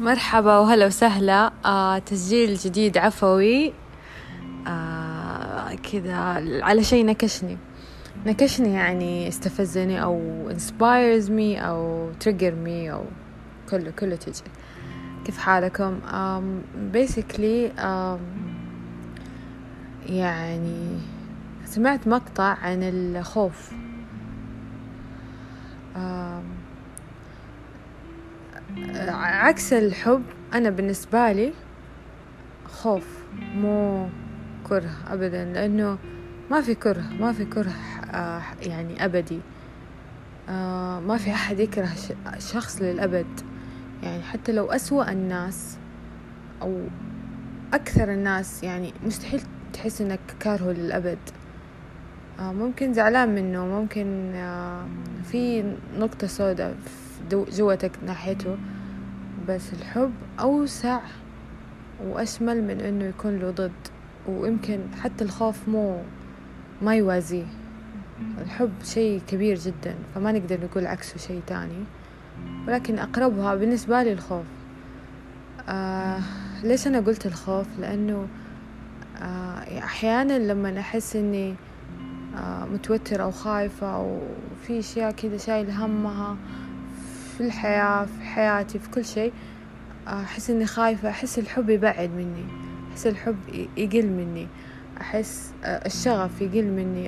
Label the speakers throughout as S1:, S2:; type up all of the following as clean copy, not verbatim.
S1: مرحبا وهلا وسهلا. تسجيل جديد عفوي. كذا على شيء نكشني يعني استفزني أو inspires me أو trigger me أو كله تجي. كيف حالكم؟ basically يعني سمعت مقطع عن الخوف. عكس الحب، أنا بالنسبة لي خوف مو كره أبدا، لأنه ما في كره يعني أبدي. ما في أحد يكره شخص للأبد، يعني حتى لو أسوأ الناس أو أكثر الناس، يعني مستحيل تحس إنك كارهه للأبد. ممكن زعلان منه، ممكن في نقطة سوداء جوتك ناحيته، بس الحب أوسع وأشمل من إنه يكون له ضد. ويمكن حتى الخوف ما يوازيه. الحب شيء كبير جدا، فما نقدر نقول عكسه شيء تاني، ولكن أقربها بالنسبة لي الخوف. ليش أنا قلت الخوف؟ لأنه أحيانا لما أحس إني متوترة أو خايفة أو في أشياء كده شايل همها في الحياة، في حياتي، في كل شيء، أحس إني خايفة، أحس الحب يبعد مني، أحس الحب يقل مني، أحس الشغف يقل مني.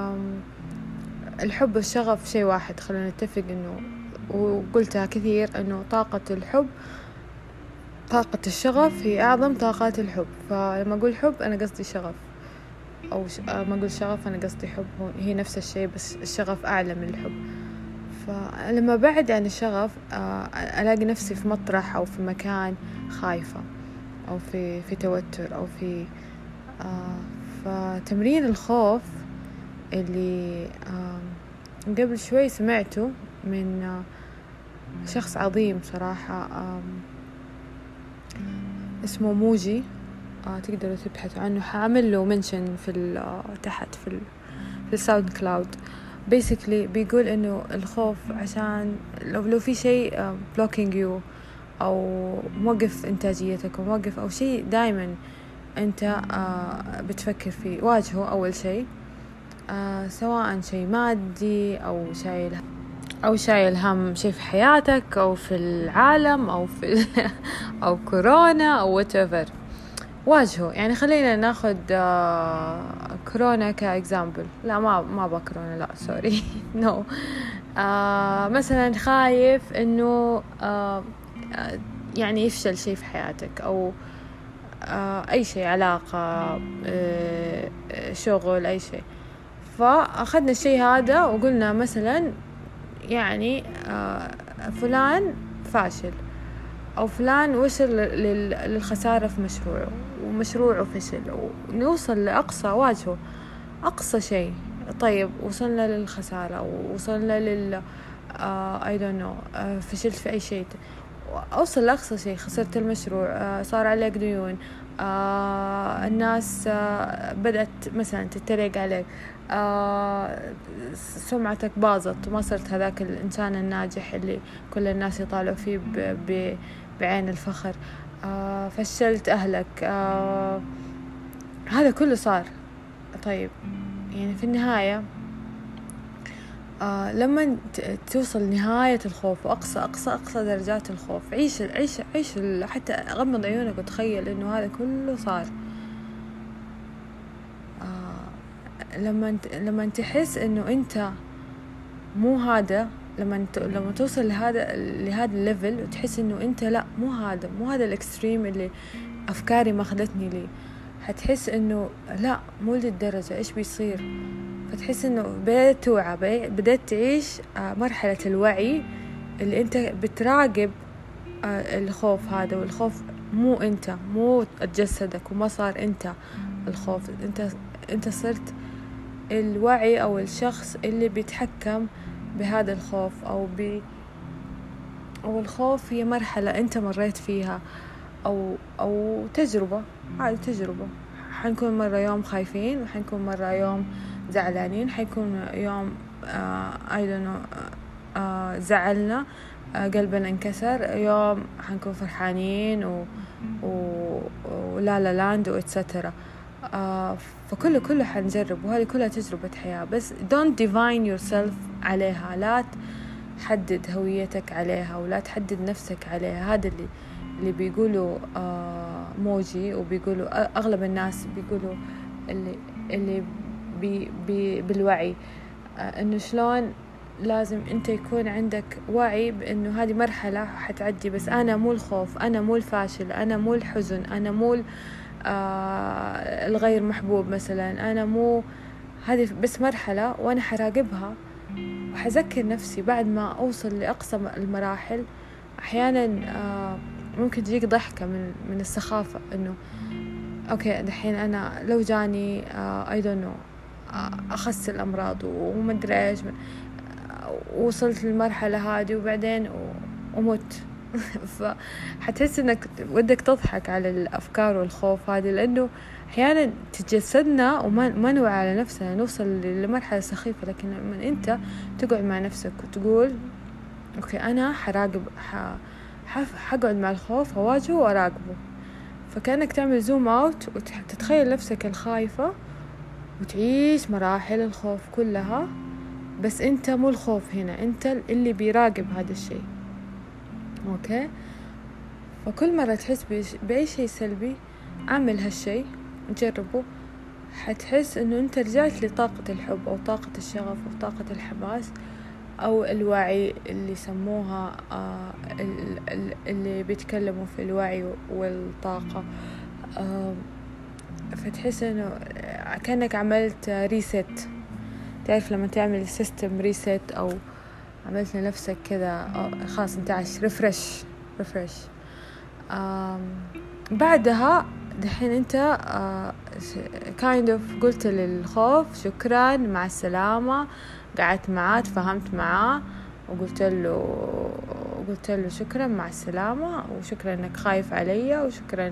S1: الحب والشغف شيء واحد، خلينا نتفق إنه، وقلتها كثير، إنه طاقة الحب، طاقة الشغف هي أعظم طاقات الحب. فلما أقول حب أنا قصدي شغف، أو ما أقول شغف أنا قصدي حب، هي نفس الشيء، بس الشغف أعلى من الحب. فلما بعد عن الشغف ألاقي نفسي في مطرح أو في مكان خايفة أو في توتر أو في فتمرين الخوف اللي قبل شوي سمعته من شخص عظيم صراحة، اسمه موجي. تقدروا تبحثوا عنه، حأعمل له منشن في تحت في الساوند كلاود. basically بيقول إنه الخوف عشان لو في شيء blocking you أو موقف إنتاجيتك أو موقف أو شيء دائما أنت بتفكر فيه، واجهه أول شيء. سواء شيء مادي أو شايل هم شيء في حياتك أو في العالم أو في أو كورونا أو whatever، واجهه. يعني خلينا ناخد كورونا كإكزامبل. لا ما بكورونا، لا سوري نو. مثلا خايف إنه يعني يفشل شيء في حياتك، أو أي شيء، علاقة، شغل، أي شيء. فأخذنا الشيء هذا وقلنا مثلا يعني فلان فاشل، أو فلان وصل للخسارة في مشروعه ومشروعه فشل، ونوصل لأقصى واجهه، أقصى شيء. طيب وصلنا للخسارة، ووصلنا I don't know، فشلت في أي شيء، أوصل لأقصى شيء، خسرت المشروع، صار عليك ديون، الناس بدأت مثلا تتريق عليك، سمعتك باظت وما صرت هذاك الإنسان الناجح اللي كل الناس يطالعوا فيه بعين الفخر، فشلت أهلك، هذا كله صار. طيب يعني في النهاية لما توصل نهاية الخوف وأقصى درجات الخوف، عيش حتى غمض عيونك وتخيل إنه هذا كله صار. لما تحس إنه أنت مو هذا، لما توصل لهذا الليفل وتحس إنه أنت لا مو هذا الإكستريم اللي أفكاري ما أخذتني ليه، هتحس إنه لا مو للدرجة، إيش بيصير؟ فتحس إنه بدأت توعى، بدأت تعيش مرحلة الوعي اللي أنت بتراقب الخوف هذا. والخوف مو أنت، مو تجسدك، وما صار أنت الخوف، أنت صرت الوعي أو الشخص اللي بيتحكم بهذا الخوف، أو الخوف هي مرحلة أنت مريت فيها، أو تجربة. هذه تجربة، حنكون مرة يوم خايفين، وحنكون مرة يوم زعلانين، حيكون يوم I don't know زعلنا، قلبنا انكسر، يوم حنكون فرحانين ولا لا لاند وإتسترا. فكله حنجرب، وهذه كلها تجربة حياة. بس don't define yourself عليها، لا تحدد هويتك عليها ولا تحدد نفسك عليها. هذا اللي بيقولوا موجي، وبيقولوا أغلب الناس بيقولوا اللي بالوعي، إنه شلون لازم أنت يكون عندك وعي بأنه هذه مرحلة حتعدي. بس أنا مو الخوف، أنا مو الفاشل، أنا مو الحزن، أنا مو الغير محبوب مثلا، أنا مو، هذه بس مرحلة وأنا حراقبها. وحذكر نفسي بعد ما أوصل لأقصى المراحل. أحيانا ممكن تجيك ضحكة من السخافة، إنه أوكي دحين أنا لو جاني I don't know أخس الأمراض ومدري إيش، وصلت للمرحلة هذه وبعدين ومت فحتحس إنك ودك تضحك على الأفكار والخوف هذه، لأنه أحيانا تتجسدنا وما نوعي على نفسنا، نوصل لمرحلة سخيفة. لكن لما أنت تقعد مع نفسك وتقول أوكي أنا حراقب، حقعد مع الخوف أواجهه وأراقبه، فكأنك تعمل زوم أوت وتتخيل نفسك الخايفة وتعيش مراحل الخوف كلها. بس أنت مو الخوف هنا، أنت اللي بيراقب هذا الشيء. أوكي، فكل مرة تحس بأي شيء سلبي أعمل هالشيء، جربه، حتحس إنه أنت رجعت لطاقة الحب أو طاقة الشغف أو طاقة الحماس أو الوعي اللي يسموها اللي بيتكلموا في الوعي والطاقة. فتحس إنه كأنك عملت ريست. تعرف لما تعمل سيستم ريست أو عملت لنفسك كذا خلاص انت عايش ريفرش. بعدها دحين انت kind of قلت للخوف شكرا مع السلامة، قعدت معاه تفهمت معاه وقلت له شكرا مع السلامة، وشكرا انك خايف علي، وشكرا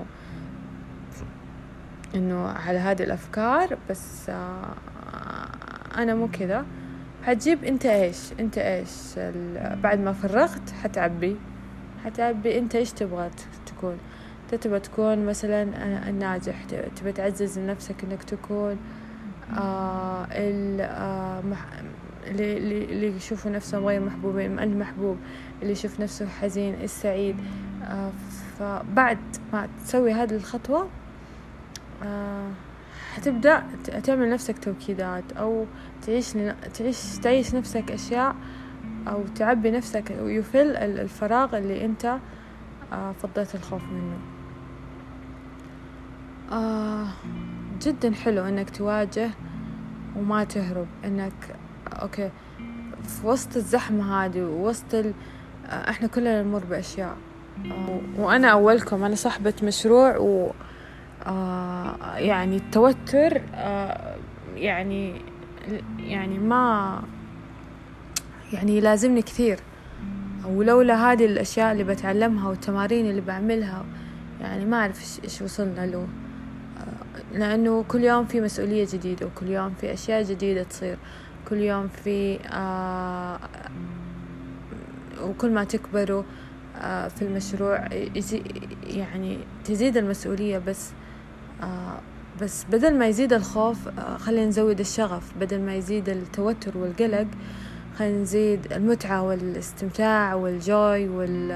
S1: انه على هذه الافكار، بس انا مو كذا. حتجيب انت ايش بعد ما فرغت حتعبي انت ايش تبغى تكون. تبغى تكون مثلا الناجح، تبغى تعزز لنفسك انك تكون اللي يشوفوا نفسهم غير محبوبين، المحبوب اللي يشوف نفسه حزين، السعيد. فبعد ما تسوي هذه الخطوة هتبدأ تعمل نفسك توكيدات، أو تعيش نفسك أشياء، أو تعبي نفسك ويفل الفراغ اللي أنت فضيت الخوف منه. جدا حلو أنك تواجه وما تهرب، أنك أوكي في وسط الزحمة هذه ووسط إحنا كلنا نمر بأشياء. وأنا أولكم، أنا صاحبة مشروع يعني التوتر يعني ما يعني لازمني كثير، ولولا هذه الأشياء اللي بتعلمها والتمارين اللي بعملها يعني ما أعرف إيش وصلنا له. لأنه كل يوم في مسؤولية جديدة، وكل يوم في أشياء جديدة تصير، كل يوم في وكل ما تكبروا في المشروع يعني تزيد المسؤولية. بس بدل ما يزيد الخوف خلينا نزود الشغف، بدل ما يزيد التوتر والقلق خلينا نزيد المتعة والاستمتاع والجوي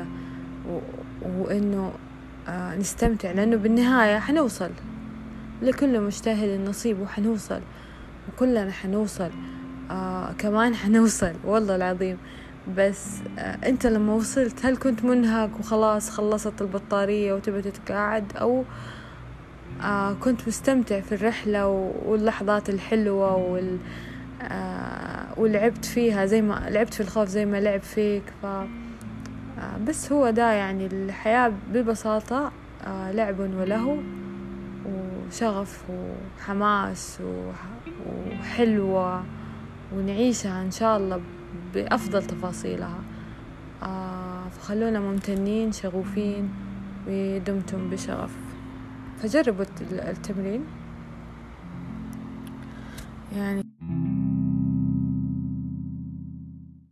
S1: وإنه نستمتع، لأنه بالنهاية حنوصل، لكل مجتهد النصيب وحنوصل، وكلنا حنوصل، كمان حنوصل والله العظيم. بس أنت لما وصلت هل كنت منهك وخلاص خلصت البطارية وتبي تتقاعد، أو كنت مستمتع في الرحلة واللحظات الحلوة ولعبت فيها زي ما لعبت في الخوف زي ما لعب فيك. بس هو ده يعني الحياة ببساطة، لعب وله وشغف وحماس وحلوة، ونعيشها إن شاء الله بأفضل تفاصيلها. فخلونا ممتنين شغوفين ودمتم بشغف. فجربوا التمرين يعني.